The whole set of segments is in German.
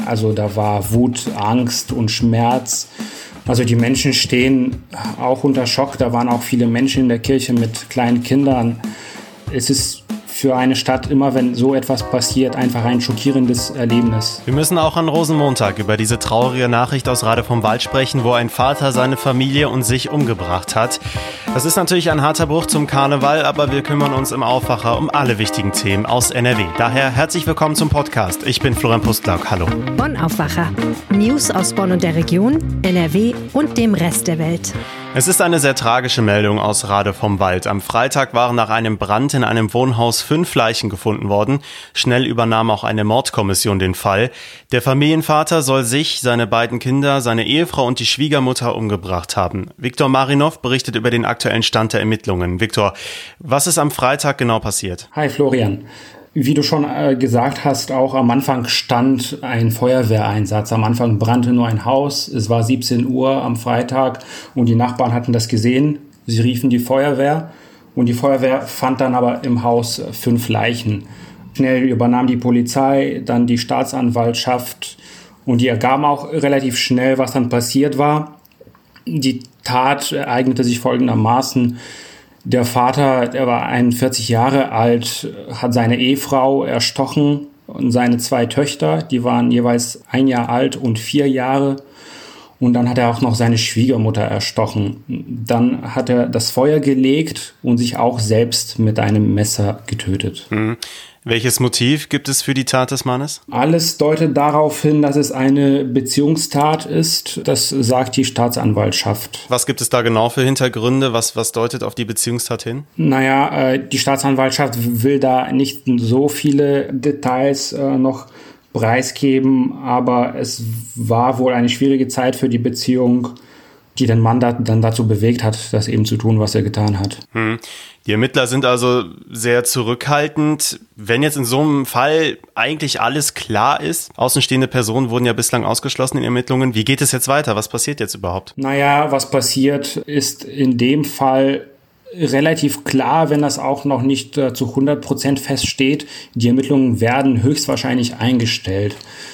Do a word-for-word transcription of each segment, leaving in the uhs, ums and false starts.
Also da war Wut, Angst und Schmerz. Also die Menschen stehen auch unter Schock. Da waren auch viele Menschen in der Kirche mit kleinen Kindern. Es ist für eine Stadt immer, wenn so etwas passiert, einfach ein schockierendes Erlebnis. Wir müssen auch an Rosenmontag über diese traurige Nachricht aus Rade vom Wald sprechen, wo ein Vater seine Familie und sich umgebracht hat. Das ist natürlich ein harter Bruch zum Karneval, aber wir kümmern uns im Aufwacher um alle wichtigen Themen aus N R W. Daher herzlich willkommen zum Podcast. Ich bin Florian Pustlauk. Hallo. Bonn Aufwacher. News aus Bonn und der Region, N R W und dem Rest der Welt. Es ist eine sehr tragische Meldung aus Rade vom Wald. Am Freitag waren nach einem Brand in einem Wohnhaus fünf Leichen gefunden worden. Schnell übernahm auch eine Mordkommission den Fall. Der Familienvater soll sich, seine beiden Kinder, seine Ehefrau und die Schwiegermutter umgebracht haben. Viktor Marinov berichtet über den aktuellen Stand der Ermittlungen. Viktor, was ist am Freitag genau passiert? Hi Florian. Wie du schon äh, gesagt hast, auch am Anfang stand ein Feuerwehreinsatz. Am Anfang brannte nur ein Haus. Es war siebzehn Uhr am Freitag und die Nachbarn hatten das gesehen. Sie riefen die Feuerwehr und die Feuerwehr fand dann aber im Haus fünf Leichen. Schnell übernahm die Polizei, dann die Staatsanwaltschaft und die ergaben auch relativ schnell, was dann passiert war. Die Tat ereignete sich folgendermaßen. Der Vater, der war einundvierzig Jahre alt, hat seine Ehefrau erstochen und seine zwei Töchter, die waren jeweils ein Jahr alt und vier Jahre. Und dann hat er auch noch seine Schwiegermutter erstochen. Dann hat er das Feuer gelegt und sich auch selbst mit einem Messer getötet. Mhm. Welches Motiv gibt es für die Tat des Mannes? Alles deutet darauf hin, dass es eine Beziehungstat ist. Das sagt die Staatsanwaltschaft. Was gibt es da genau für Hintergründe? Was, was deutet auf die Beziehungstat hin? Naja, äh, die Staatsanwaltschaft will da nicht so viele Details äh, noch preisgeben, aber es war wohl eine schwierige Zeit für die Beziehung, die den Mann da, dann dazu bewegt hat, das eben zu tun, was er getan hat. Hm. Die Ermittler sind also sehr zurückhaltend. Wenn jetzt in so einem Fall eigentlich alles klar ist, außenstehende Personen wurden ja bislang ausgeschlossen in Ermittlungen, wie geht es jetzt weiter? Was passiert jetzt überhaupt? Naja, was passiert, ist in dem Fall relativ klar, wenn das auch noch nicht äh, zu hundert Prozent feststeht. Die Ermittlungen werden höchstwahrscheinlich eingestellt.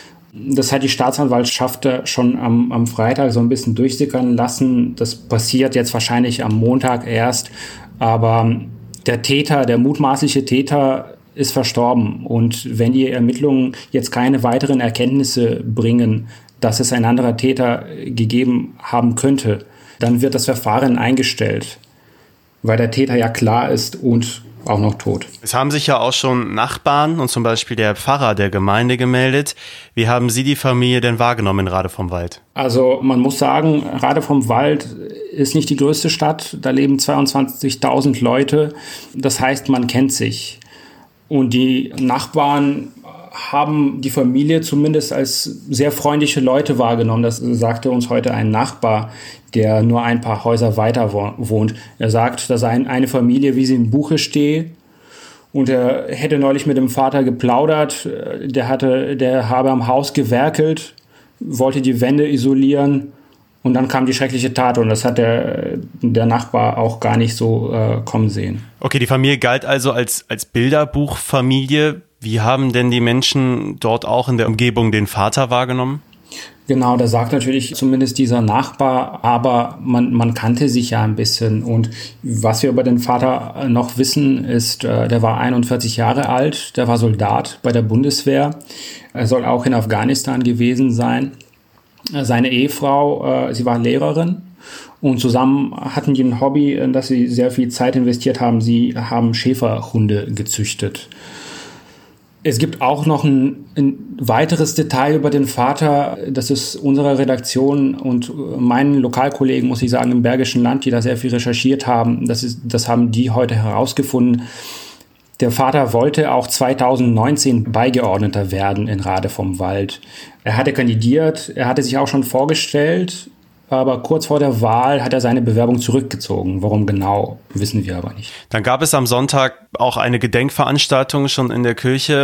Das hat die Staatsanwaltschaft schon am, am Freitag so ein bisschen durchsickern lassen. Das passiert jetzt wahrscheinlich am Montag erst. Aber der Täter, der mutmaßliche Täter ist verstorben. Und wenn die Ermittlungen jetzt keine weiteren Erkenntnisse bringen, dass es ein anderer Täter gegeben haben könnte, dann wird das Verfahren eingestellt, weil der Täter ja klar ist und auch noch tot. Es haben sich ja auch schon Nachbarn und zum Beispiel der Pfarrer der Gemeinde gemeldet. Wie haben Sie die Familie denn wahrgenommen in Rade vom Wald? Also man muss sagen, Rade vom Wald ist nicht die größte Stadt. Da leben zweiundzwanzigtausend Leute. Das heißt, man kennt sich. Und die Nachbarn haben die Familie zumindest als sehr freundliche Leute wahrgenommen. Das sagte uns heute ein Nachbar, der nur ein paar Häuser weiter wohnt. Er sagt, dass eine Familie, wie sie im Buche stehe, und er hätte neulich mit dem Vater geplaudert. Der hatte, der habe am Haus gewerkelt, wollte die Wände isolieren und dann kam die schreckliche Tat und das hat der, der Nachbar auch gar nicht so äh, kommen sehen. Okay, die Familie galt also als, als Bilderbuchfamilie. Wie haben denn die Menschen dort auch in der Umgebung den Vater wahrgenommen? Genau, da sagt natürlich zumindest dieser Nachbar, aber man, man kannte sich ja ein bisschen. Und was wir über den Vater noch wissen, ist, äh, der war einundvierzig Jahre alt, der war Soldat bei der Bundeswehr. Er soll auch in Afghanistan gewesen sein. Seine Ehefrau, äh, sie war Lehrerin. Und zusammen hatten die ein Hobby, in das sie sehr viel Zeit investiert haben. Sie haben Schäferhunde gezüchtet. Es gibt auch noch ein, ein weiteres Detail über den Vater. Das ist unserer Redaktion und meinen Lokalkollegen, muss ich sagen, im Bergischen Land, die da sehr viel recherchiert haben. Das ist, das haben die heute herausgefunden. Der Vater wollte auch zweitausendneunzehn Beigeordneter werden in Rade vom Wald. Er hatte kandidiert, er hatte sich auch schon vorgestellt, aber kurz vor der Wahl hat er seine Bewerbung zurückgezogen. Warum genau, wissen wir aber nicht. Dann gab es am Sonntag auch eine Gedenkveranstaltung schon in der Kirche.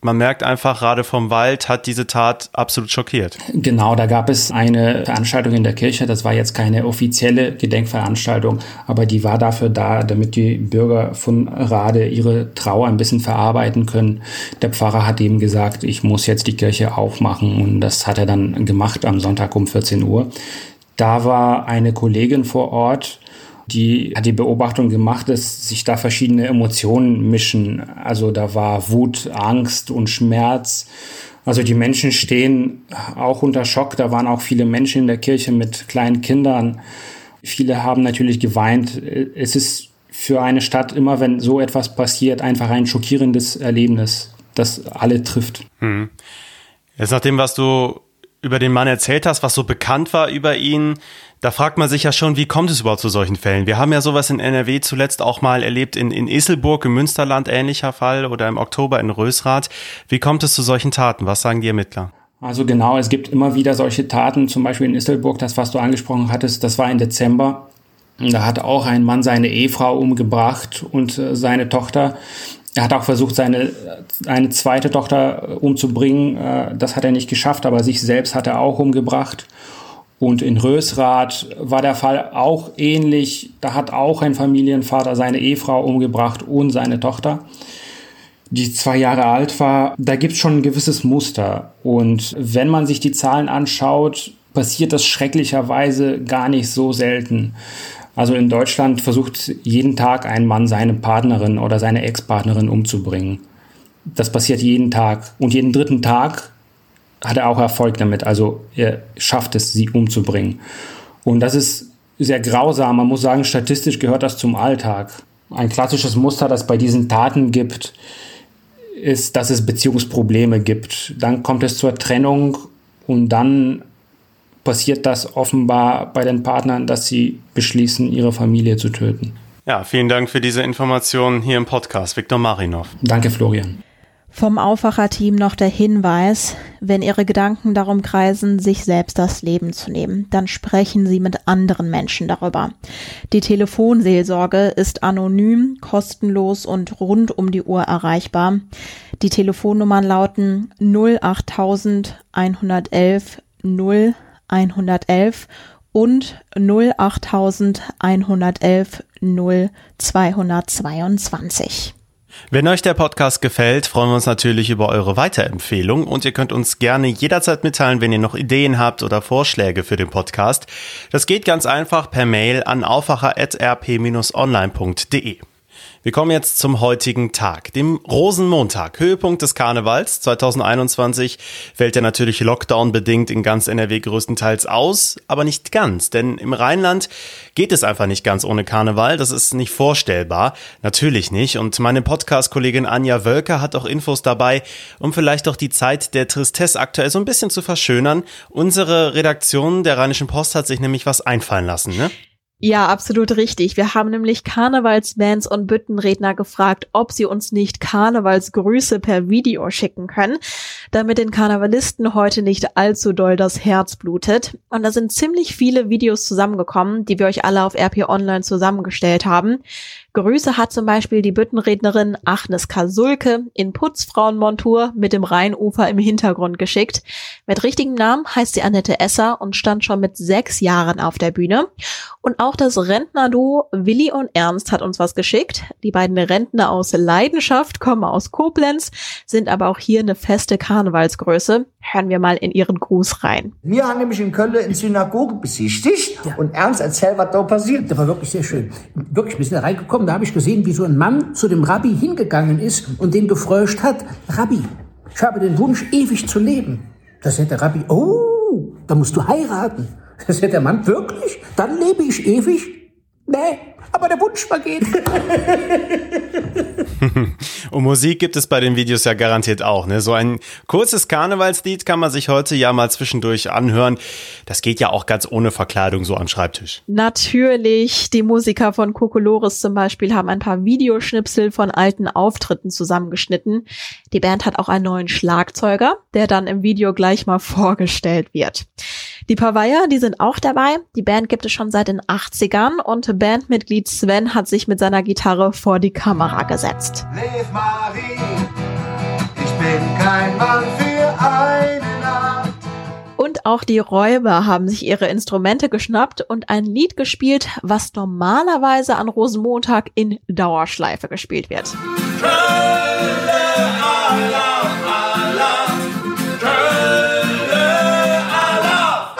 Man merkt einfach, Rade vom Wald hat diese Tat absolut schockiert. Genau, da gab es eine Veranstaltung in der Kirche. Das war jetzt keine offizielle Gedenkveranstaltung, aber die war dafür da, damit die Bürger von Rade ihre Trauer ein bisschen verarbeiten können. Der Pfarrer hat eben gesagt, ich muss jetzt die Kirche aufmachen, und das hat er dann gemacht am Sonntag um vierzehn Uhr. Da war eine Kollegin vor Ort, die hat die Beobachtung gemacht, dass sich da verschiedene Emotionen mischen. Also da war Wut, Angst und Schmerz. Also die Menschen stehen auch unter Schock. Da waren auch viele Menschen in der Kirche mit kleinen Kindern. Viele haben natürlich geweint. Es ist für eine Stadt immer, wenn so etwas passiert, einfach ein schockierendes Erlebnis, das alle trifft. Hm. Jetzt nach dem, was du über den Mann erzählt hast, was so bekannt war über ihn, da fragt man sich ja schon, wie kommt es überhaupt zu solchen Fällen? Wir haben ja sowas in N R W zuletzt auch mal erlebt, in, in Isselburg im Münsterland, ähnlicher Fall, oder im Oktober in Rösrath. Wie kommt es zu solchen Taten? Was sagen die Ermittler? Also genau, es gibt immer wieder solche Taten, zum Beispiel in Isselburg, das, was du angesprochen hattest, das war im Dezember. Da hat auch ein Mann seine Ehefrau umgebracht und äh, seine Tochter. Er hat auch versucht, seine eine zweite Tochter umzubringen. Das hat er nicht geschafft, aber sich selbst hat er auch umgebracht. Und in Rösrath war der Fall auch ähnlich. Da hat auch ein Familienvater seine Ehefrau umgebracht und seine Tochter, die zwei Jahre alt war. Da gibt es schon ein gewisses Muster. Und wenn man sich die Zahlen anschaut, passiert das schrecklicherweise gar nicht so selten. Also in Deutschland versucht jeden Tag ein Mann seine Partnerin oder seine Ex-Partnerin umzubringen. Das passiert jeden Tag. Und jeden dritten Tag hat er auch Erfolg damit. Also er schafft es, sie umzubringen. Und das ist sehr grausam. Man muss sagen, statistisch gehört das zum Alltag. Ein klassisches Muster, das bei diesen Taten gibt, ist, dass es Beziehungsprobleme gibt. Dann kommt es zur Trennung und dann passiert das offenbar bei den Partnern, dass sie beschließen, ihre Familie zu töten. Ja, vielen Dank für diese Informationen hier im Podcast. Viktor Marinov. Danke, Florian. Vom Aufwacherteam noch der Hinweis, wenn Ihre Gedanken darum kreisen, sich selbst das Leben zu nehmen, dann sprechen Sie mit anderen Menschen darüber. Die Telefonseelsorge ist anonym, kostenlos und rund um die Uhr erreichbar. Die Telefonnummern lauten null achttausend einhundertelf null einhundertelf und null achttausend einhundertelf null zweihundertzweiundzwanzig. Wenn euch der Podcast gefällt, freuen wir uns natürlich über eure Weiterempfehlung, und ihr könnt uns gerne jederzeit mitteilen, wenn ihr noch Ideen habt oder Vorschläge für den Podcast. Das geht ganz einfach per Mail an aufwacher at r p dash online punkt d e. Wir kommen jetzt zum heutigen Tag, dem Rosenmontag, Höhepunkt des Karnevals. zwanzig einundzwanzig fällt ja natürlich Lockdown-bedingt in ganz N R W größtenteils aus, aber nicht ganz, denn im Rheinland geht es einfach nicht ganz ohne Karneval. Das ist nicht vorstellbar, natürlich nicht. Und meine Podcast-Kollegin Anja Wölker hat auch Infos dabei, um vielleicht auch die Zeit der Tristesse aktuell so ein bisschen zu verschönern. Unsere Redaktion der Rheinischen Post hat sich nämlich was einfallen lassen, ne? Ja, absolut richtig. Wir haben nämlich Karnevalsbands und Büttenredner gefragt, ob sie uns nicht Karnevalsgrüße per Video schicken können, damit den Karnevalisten heute nicht allzu doll das Herz blutet. Und da sind ziemlich viele Videos zusammengekommen, die wir euch alle auf R P Online zusammengestellt haben. Grüße hat zum Beispiel die Büttenrednerin Agnes Kasulke in Putzfrauenmontur mit dem Rheinufer im Hintergrund geschickt. Mit richtigem Namen heißt sie Annette Esser und stand schon mit sechs Jahren auf der Bühne. Und auch das Rentnerduo Willi und Ernst hat uns was geschickt. Die beiden Rentner aus Leidenschaft kommen aus Koblenz, sind aber auch hier eine feste Karnevalsgröße. Hören wir mal in ihren Gruß rein. Wir haben nämlich in Köln eine Synagoge besichtigt, ja. Und Ernst erzählt, was da passiert. Das war wirklich sehr schön. Wirklich, wir sind da reingekommen, da habe ich gesehen, wie so ein Mann zu dem Rabbi hingegangen ist und den gefröscht hat: Rabbi, ich habe den Wunsch, ewig zu leben. Das hätte der Rabbi: oh, da musst du heiraten. Das hätte der Mann: wirklich? Dann lebe ich ewig? Nee, aber der Wunsch vergeht. Und Musik gibt es bei den Videos ja garantiert auch, ne? So ein kurzes Karnevalslied kann man sich heute ja mal zwischendurch anhören. Das geht ja auch ganz ohne Verkleidung so am Schreibtisch. Natürlich, die Musiker von Kokolores zum Beispiel haben ein paar Videoschnipsel von alten Auftritten zusammengeschnitten. Die Band hat auch einen neuen Schlagzeuger, der dann im Video gleich mal vorgestellt wird. Die Paveier, die sind auch dabei. Die Band gibt es schon seit den achtzigern und Bandmitglied Sven hat sich mit seiner Gitarre vor die Kamera gesetzt. Lev Marie, ich bin bin kein Mann für eine Nacht. Und auch die Räuber haben sich ihre Instrumente geschnappt und ein Lied gespielt, was normalerweise an Rosenmontag in Dauerschleife gespielt wird. Kölle, Allah, Allah, Kölle, Allah.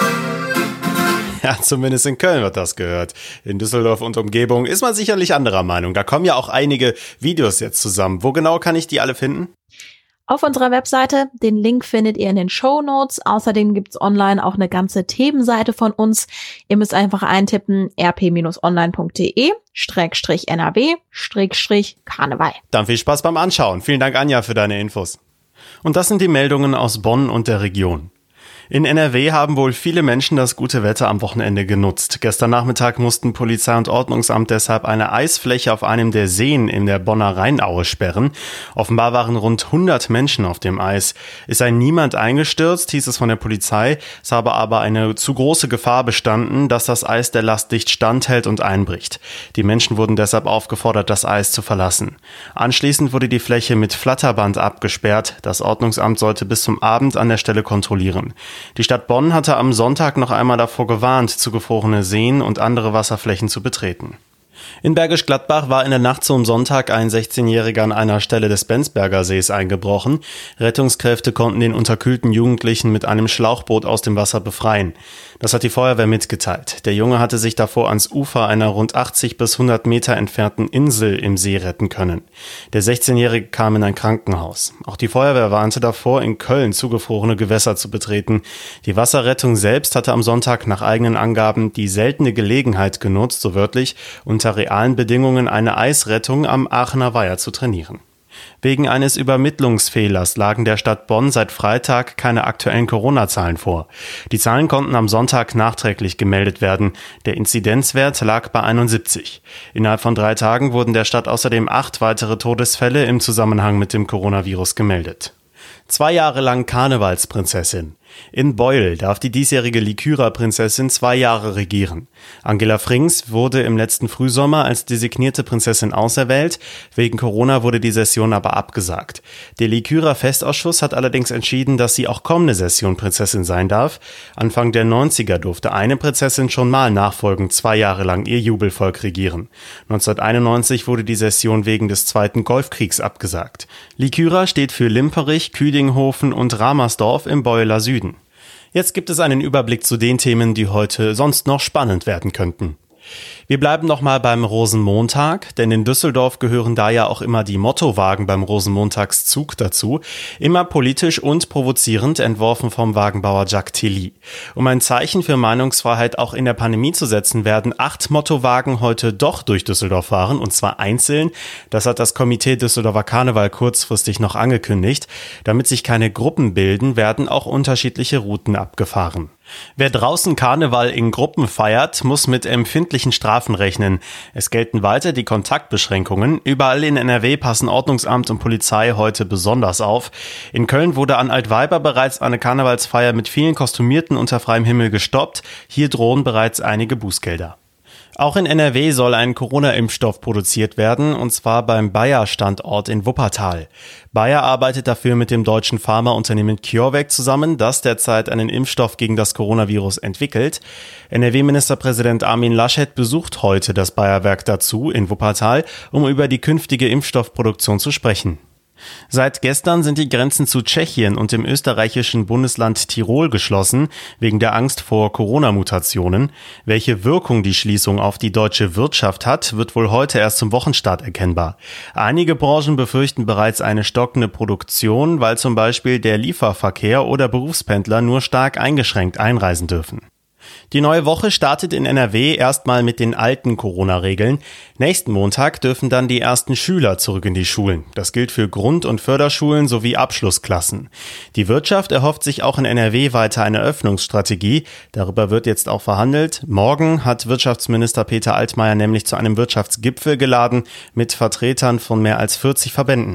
Ja, zumindest in Köln wird das gehört. In Düsseldorf und Umgebung ist man sicherlich anderer Meinung. Da kommen ja auch einige Videos jetzt zusammen. Wo genau kann ich die alle finden? Auf unserer Webseite, den Link findet ihr in den Shownotes. Außerdem gibt's online auch eine ganze Themenseite von uns. Ihr müsst einfach eintippen r p online punkt d e Schrägstrich N R W Schrägstrich Karneval. Dann viel Spaß beim Anschauen. Vielen Dank, Anja, für deine Infos. Und das sind die Meldungen aus Bonn und der Region. In N R W haben wohl viele Menschen das gute Wetter am Wochenende genutzt. Gestern Nachmittag mussten Polizei und Ordnungsamt deshalb eine Eisfläche auf einem der Seen in der Bonner Rheinaue sperren. Offenbar waren rund hundert Menschen auf dem Eis. Es sei niemand eingestürzt, hieß es von der Polizei. Es habe aber eine zu große Gefahr bestanden, dass das Eis der Last dicht standhält und einbricht. Die Menschen wurden deshalb aufgefordert, das Eis zu verlassen. Anschließend wurde die Fläche mit Flatterband abgesperrt. Das Ordnungsamt sollte bis zum Abend an der Stelle kontrollieren. Die Stadt Bonn hatte am Sonntag noch einmal davor gewarnt, zugefrorene Seen und andere Wasserflächen zu betreten. In Bergisch Gladbach war in der Nacht zum Sonntag ein sechzehnjähriger an einer Stelle des Benzberger Sees eingebrochen. Rettungskräfte konnten den unterkühlten Jugendlichen mit einem Schlauchboot aus dem Wasser befreien. Das hat die Feuerwehr mitgeteilt. Der Junge hatte sich davor ans Ufer einer rund achtzig bis hundert Meter entfernten Insel im See retten können. Der sechzehnjährige kam in ein Krankenhaus. Auch die Feuerwehr warnte davor, in Köln zugefrorene Gewässer zu betreten. Die Wasserrettung selbst hatte am Sonntag nach eigenen Angaben die seltene Gelegenheit genutzt, so wörtlich, unter realen Bedingungen eine Eisrettung am Aachener Weiher zu trainieren. Wegen eines Übermittlungsfehlers lagen der Stadt Bonn seit Freitag keine aktuellen Corona-Zahlen vor. Die Zahlen konnten am Sonntag nachträglich gemeldet werden. Der Inzidenzwert lag bei einundsiebzig. Innerhalb von drei Tagen wurden der Stadt außerdem acht weitere Todesfälle im Zusammenhang mit dem Coronavirus gemeldet. Zwei Jahre lang Karnevalsprinzessin. In Beuel darf die diesjährige Lykyra-Prinzessin zwei Jahre regieren. Angela Frings wurde im letzten Frühsommer als designierte Prinzessin auserwählt. Wegen Corona wurde die Session aber abgesagt. Der Lykyra-Festausschuss hat allerdings entschieden, dass sie auch kommende Session Prinzessin sein darf. Anfang der neunziger durfte eine Prinzessin schon mal nachfolgend zwei Jahre lang ihr Jubelvolk regieren. neunzehnhunderteinundneunzig wurde die Session wegen des Zweiten Golfkriegs abgesagt. Lykyra steht für Limperich, Küdinghofen und Ramersdorf im Beueler Süden. Jetzt gibt es einen Überblick zu den Themen, die heute sonst noch spannend werden könnten. Wir bleiben nochmal beim Rosenmontag, denn in Düsseldorf gehören da ja auch immer die Mottowagen beim Rosenmontagszug dazu. Immer politisch und provozierend, entworfen vom Wagenbauer Jacques Tilly. Um ein Zeichen für Meinungsfreiheit auch in der Pandemie zu setzen, werden acht Mottowagen heute doch durch Düsseldorf fahren, und zwar einzeln. Das hat das Komitee Düsseldorfer Karneval kurzfristig noch angekündigt. Damit sich keine Gruppen bilden, werden auch unterschiedliche Routen abgefahren. Wer draußen Karneval in Gruppen feiert, muss mit empfindlichen Strafen rechnen. Es gelten weiter die Kontaktbeschränkungen. Überall in N R W passen Ordnungsamt und Polizei heute besonders auf. In Köln wurde an Altweiber bereits eine Karnevalsfeier mit vielen Kostümierten unter freiem Himmel gestoppt. Hier drohen bereits einige Bußgelder. Auch in N R W soll ein Corona-Impfstoff produziert werden, und zwar beim Bayer-Standort in Wuppertal. Bayer arbeitet dafür mit dem deutschen Pharmaunternehmen CureVac zusammen, das derzeit einen Impfstoff gegen das Coronavirus entwickelt. N R W-Ministerpräsident Armin Laschet besucht heute das Bayer-Werk dazu in Wuppertal, um über die künftige Impfstoffproduktion zu sprechen. Seit gestern sind die Grenzen zu Tschechien und dem österreichischen Bundesland Tirol geschlossen, wegen der Angst vor Corona-Mutationen. Welche Wirkung die Schließung auf die deutsche Wirtschaft hat, wird wohl heute erst zum Wochenstart erkennbar. Einige Branchen befürchten bereits eine stockende Produktion, weil zum Beispiel der Lieferverkehr oder Berufspendler nur stark eingeschränkt einreisen dürfen. Die neue Woche startet in N R W erstmal mit den alten Corona-Regeln. Nächsten Montag dürfen dann die ersten Schüler zurück in die Schulen. Das gilt für Grund- und Förderschulen sowie Abschlussklassen. Die Wirtschaft erhofft sich auch in N R W weiter eine Öffnungsstrategie. Darüber wird jetzt auch verhandelt. Morgen hat Wirtschaftsminister Peter Altmaier nämlich zu einem Wirtschaftsgipfel geladen mit Vertretern von mehr als vierzig Verbänden.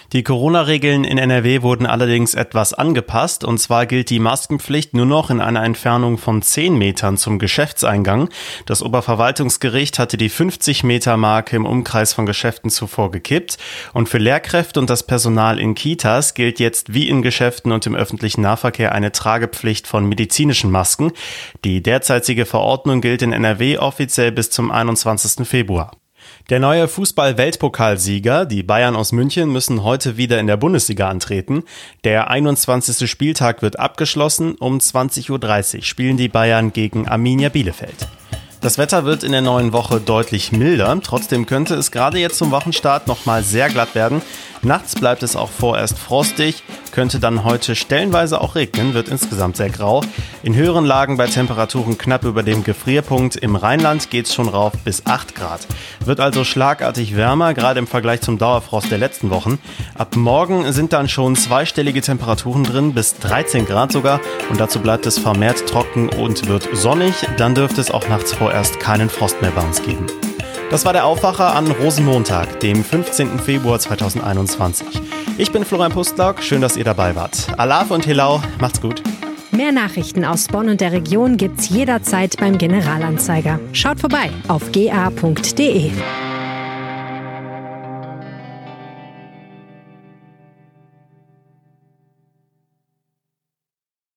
Die Corona-Regeln in N R W wurden allerdings etwas angepasst, und zwar gilt die Maskenpflicht nur noch in einer Entfernung von zehn Metern zum Geschäftseingang. Das Oberverwaltungsgericht hatte die fünfzig Meter Marke im Umkreis von Geschäften zuvor gekippt, und für Lehrkräfte und das Personal in Kitas gilt jetzt wie in Geschäften und im öffentlichen Nahverkehr eine Tragepflicht von medizinischen Masken. Die derzeitige Verordnung gilt in N R W offiziell bis zum einundzwanzigsten Februar. Der neue Fußball-Weltpokalsieger, die Bayern aus München, müssen heute wieder in der Bundesliga antreten. Der einundzwanzigste Spieltag wird abgeschlossen. Um zwanzig Uhr dreißig spielen die Bayern gegen Arminia Bielefeld. Das Wetter wird in der neuen Woche deutlich milder. Trotzdem könnte es gerade jetzt zum Wochenstart nochmal sehr glatt werden. Nachts bleibt es auch vorerst frostig, könnte dann heute stellenweise auch regnen, wird insgesamt sehr grau. In höheren Lagen bei Temperaturen knapp über dem Gefrierpunkt. Im Rheinland geht's schon rauf bis acht Grad. Wird also schlagartig wärmer, gerade im Vergleich zum Dauerfrost der letzten Wochen. Ab morgen sind dann schon zweistellige Temperaturen drin, bis dreizehn Grad sogar. Und dazu bleibt es vermehrt trocken und wird sonnig. Dann dürfte es auch nachts vorerst keinen Frost mehr bei uns geben. Das war der Aufwacher an Rosenmontag, dem fünfzehnten Februar zweitausendeinundzwanzig. Ich bin Florian Pustlauk, schön, dass ihr dabei wart. Alaf und Hilau, macht's gut. Mehr Nachrichten aus Bonn und der Region gibt's jederzeit beim Generalanzeiger. Schaut vorbei auf g a punkt d e.